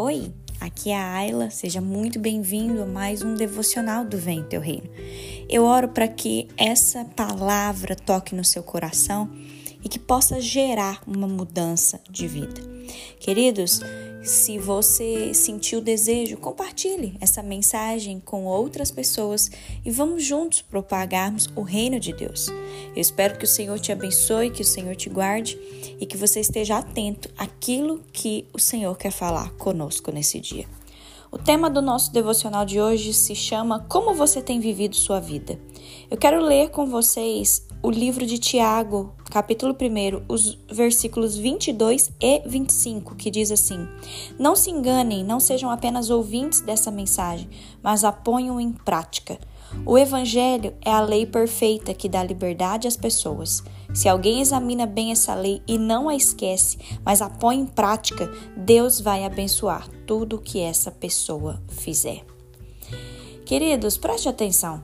Oi, aqui é a Ayla, seja muito bem-vindo a mais um devocional do Vem Teu Reino. Eu oro para que essa palavra toque no seu coração e que possa gerar uma mudança de vida. Queridos, se você sentiu o desejo, compartilhe essa mensagem com outras pessoas e vamos juntos propagarmos o reino de Deus. Eu espero que o Senhor te abençoe, que o Senhor te guarde e que você esteja atento àquilo que o Senhor quer falar conosco nesse dia. O tema do nosso devocional de hoje se chama Como Você Tem Vivido Sua Vida. Eu quero ler com vocês o livro de Tiago, capítulo 1, os versículos 22 e 25, que diz assim: Não se enganem, não sejam apenas ouvintes dessa mensagem, mas a ponham em prática. O Evangelho é a lei perfeita que dá liberdade às pessoas. Se alguém examina bem essa lei e não a esquece, mas a põe em prática, Deus vai abençoar tudo o que essa pessoa fizer. Queridos, preste atenção.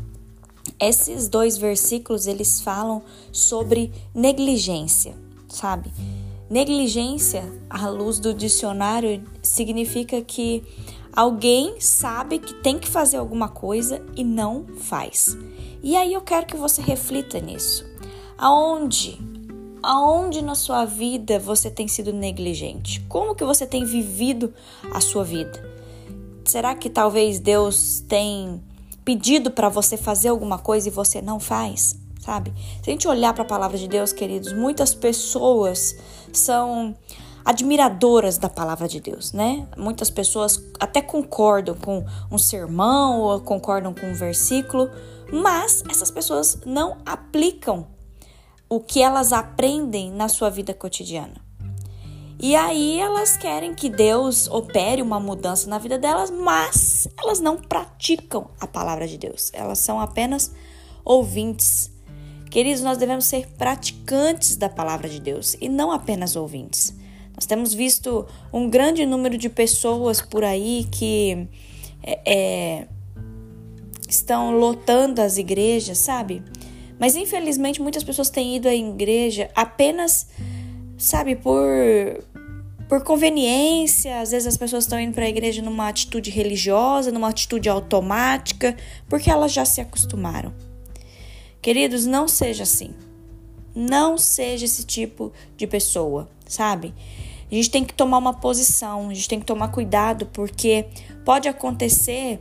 Esses dois versículos, eles falam sobre negligência, sabe? Negligência, à luz do dicionário, significa que alguém sabe que tem que fazer alguma coisa e não faz. E aí eu quero que você reflita nisso. Aonde na sua vida você tem sido negligente? Como que você tem vivido a sua vida? Será que talvez Deus tem pedido para você fazer alguma coisa e você não faz, sabe? Se a gente olhar para a palavra de Deus, queridos, muitas pessoas são admiradoras da palavra de Deus, né? Muitas pessoas até concordam com um sermão ou concordam com um versículo, mas essas pessoas não aplicam o que elas aprendem na sua vida cotidiana. E aí elas querem que Deus opere uma mudança na vida delas, mas elas não praticam a palavra de Deus. Elas são apenas ouvintes. Queridos, nós devemos ser praticantes da palavra de Deus e não apenas ouvintes. Nós temos visto um grande número de pessoas por aí que estão lotando as igrejas, sabe? Mas infelizmente muitas pessoas têm ido à igreja apenas, sabe, por conveniência. Às vezes as pessoas estão indo para a igreja numa atitude religiosa, numa atitude automática, porque elas já se acostumaram. Queridos, não seja assim. Não seja esse tipo de pessoa, sabe? A gente tem que tomar uma posição, a gente tem que tomar cuidado, porque pode acontecer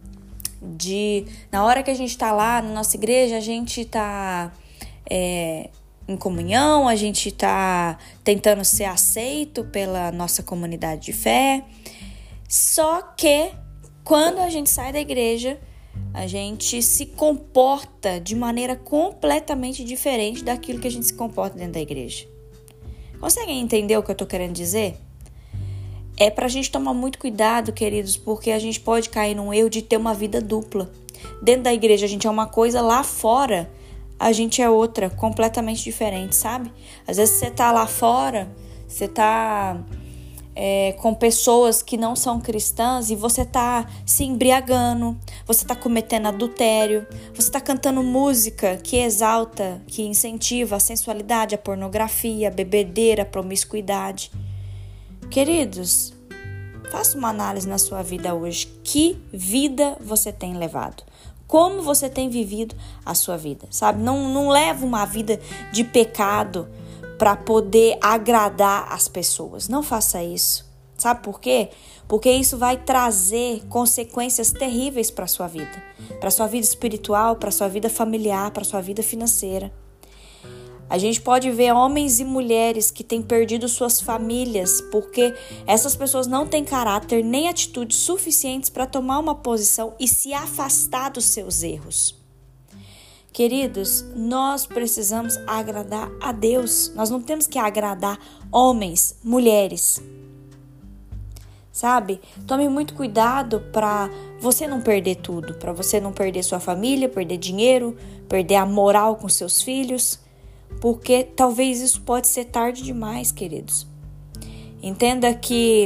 na hora que a gente está lá na nossa igreja, a gente está em comunhão, a gente está tentando ser aceito pela nossa comunidade de fé. Só que quando a gente sai da igreja, a gente se comporta de maneira completamente diferente daquilo que a gente se comporta dentro da igreja. Conseguem entender o que eu estou querendo dizer? É para a gente tomar muito cuidado, queridos, porque a gente pode cair num erro de ter uma vida dupla. Dentro da igreja a gente é uma coisa, lá fora a gente é outra, completamente diferente, sabe? Às vezes você tá lá fora, você tá com pessoas que não são cristãs e você tá se embriagando, você tá cometendo adultério, você tá cantando música que exalta, que incentiva a sensualidade, a pornografia, a bebedeira, a promiscuidade. Queridos, faça uma análise na sua vida hoje. Que vida você tem levado? Como você tem vivido a sua vida, sabe? Não leva uma vida de pecado para poder agradar as pessoas. Não faça isso. Sabe por quê? Porque isso vai trazer consequências terríveis para a sua vida. Para a sua vida espiritual, para a sua vida familiar, para a sua vida financeira. A gente pode ver homens e mulheres que têm perdido suas famílias porque essas pessoas não têm caráter nem atitudes suficientes para tomar uma posição e se afastar dos seus erros. Queridos, nós precisamos agradar a Deus. Nós não temos que agradar homens, mulheres. Sabe? Tome muito cuidado para você não perder tudo, para você não perder sua família, perder dinheiro, perder a moral com seus filhos. Porque talvez isso pode ser tarde demais, queridos. Entenda que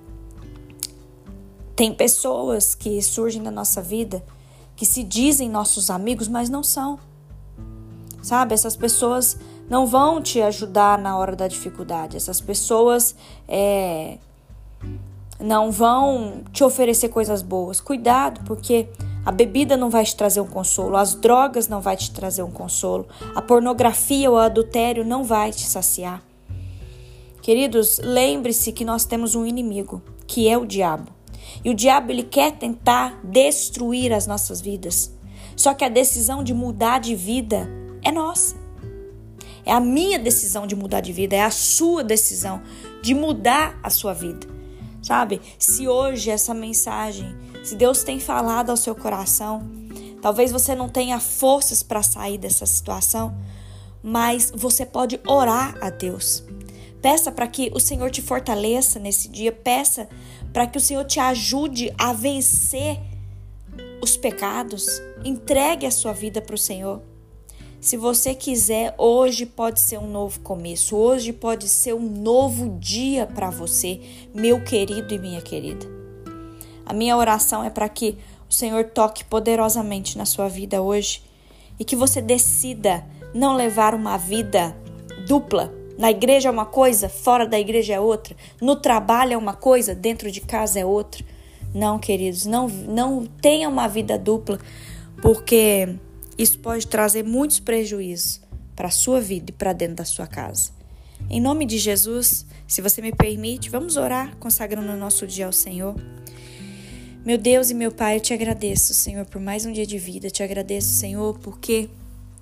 tem pessoas que surgem na nossa vida que se dizem nossos amigos, mas não são. Sabe? Essas pessoas não vão te ajudar na hora da dificuldade. Essas pessoas não vão te oferecer coisas boas. Cuidado, porque a bebida não vai te trazer um consolo, as drogas não vai te trazer um consolo, a pornografia ou o adultério não vai te saciar. Queridos, lembre-se que nós temos um inimigo, que é o diabo. E o diabo, ele quer tentar destruir as nossas vidas. Só que a decisão de mudar de vida é nossa. É a minha decisão de mudar de vida, é a sua decisão de mudar a sua vida. Sabe? Se hoje essa mensagem, se Deus tem falado ao seu coração, talvez você não tenha forças para sair dessa situação, mas você pode orar a Deus. Peça para que o Senhor te fortaleça nesse dia, peça para que o Senhor te ajude a vencer os pecados. Entregue a sua vida para o Senhor. Se você quiser, hoje pode ser um novo começo. Hoje pode ser um novo dia para você, meu querido e minha querida. A minha oração é para que o Senhor toque poderosamente na sua vida hoje e que você decida não levar uma vida dupla. Na igreja é uma coisa, fora da igreja é outra. No trabalho é uma coisa, dentro de casa é outra. Não, queridos, não tenha uma vida dupla, porque isso pode trazer muitos prejuízos para a sua vida e para dentro da sua casa. Em nome de Jesus, se você me permite, vamos orar, consagrando o nosso dia ao Senhor. Meu Deus e meu Pai, eu te agradeço, Senhor, por mais um dia de vida. Te agradeço, Senhor, porque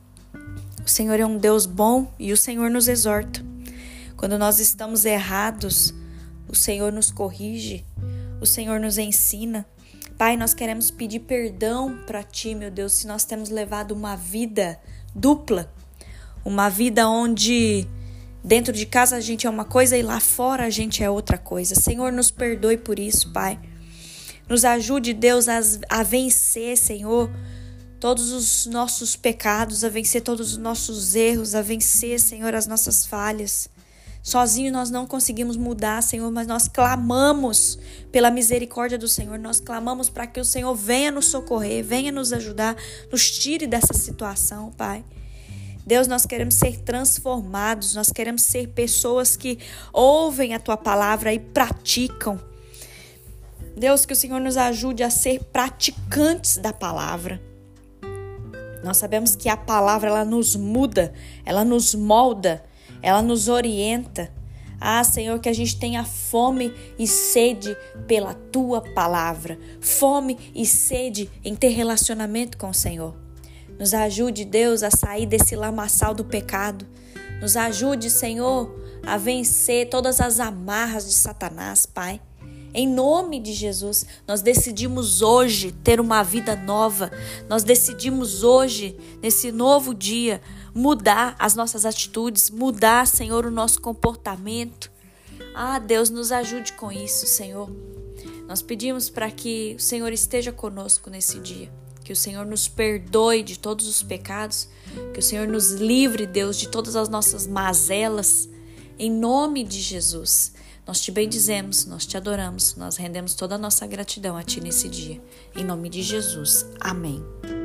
o Senhor é um Deus bom e o Senhor nos exorta. Quando nós estamos errados, o Senhor nos corrige, o Senhor nos ensina. Pai, nós queremos pedir perdão para Ti, meu Deus, se nós temos levado uma vida dupla, uma vida onde dentro de casa a gente é uma coisa e lá fora a gente é outra coisa. Senhor, nos perdoe por isso, Pai. Nos ajude, Deus, a vencer, Senhor, todos os nossos pecados, a vencer todos os nossos erros, a vencer, Senhor, as nossas falhas. Sozinho nós não conseguimos mudar, Senhor, mas nós clamamos pela misericórdia do Senhor. Nós clamamos para que o Senhor venha nos socorrer, venha nos ajudar, nos tire dessa situação, Pai. Deus, nós queremos ser transformados, nós queremos ser pessoas que ouvem a Tua palavra e praticam. Deus, que o Senhor nos ajude a ser praticantes da palavra. Nós sabemos que a palavra, ela nos muda, ela nos molda, ela nos orienta. Ah, Senhor, que a gente tenha fome e sede pela Tua palavra. Fome e sede em ter relacionamento com o Senhor. Nos ajude, Deus, a sair desse lamaçal do pecado. Nos ajude, Senhor, a vencer todas as amarras de Satanás, Pai. Em nome de Jesus, nós decidimos hoje ter uma vida nova. Nós decidimos hoje, nesse novo dia, mudar as nossas atitudes, mudar, Senhor, o nosso comportamento. Ah, Deus, nos ajude com isso, Senhor. Nós pedimos para que o Senhor esteja conosco nesse dia. Que o Senhor nos perdoe de todos os pecados. Que o Senhor nos livre, Deus, de todas as nossas mazelas. Em nome de Jesus. Nós te bendizemos, nós te adoramos, nós rendemos toda a nossa gratidão a Ti nesse dia. Em nome de Jesus. Amém.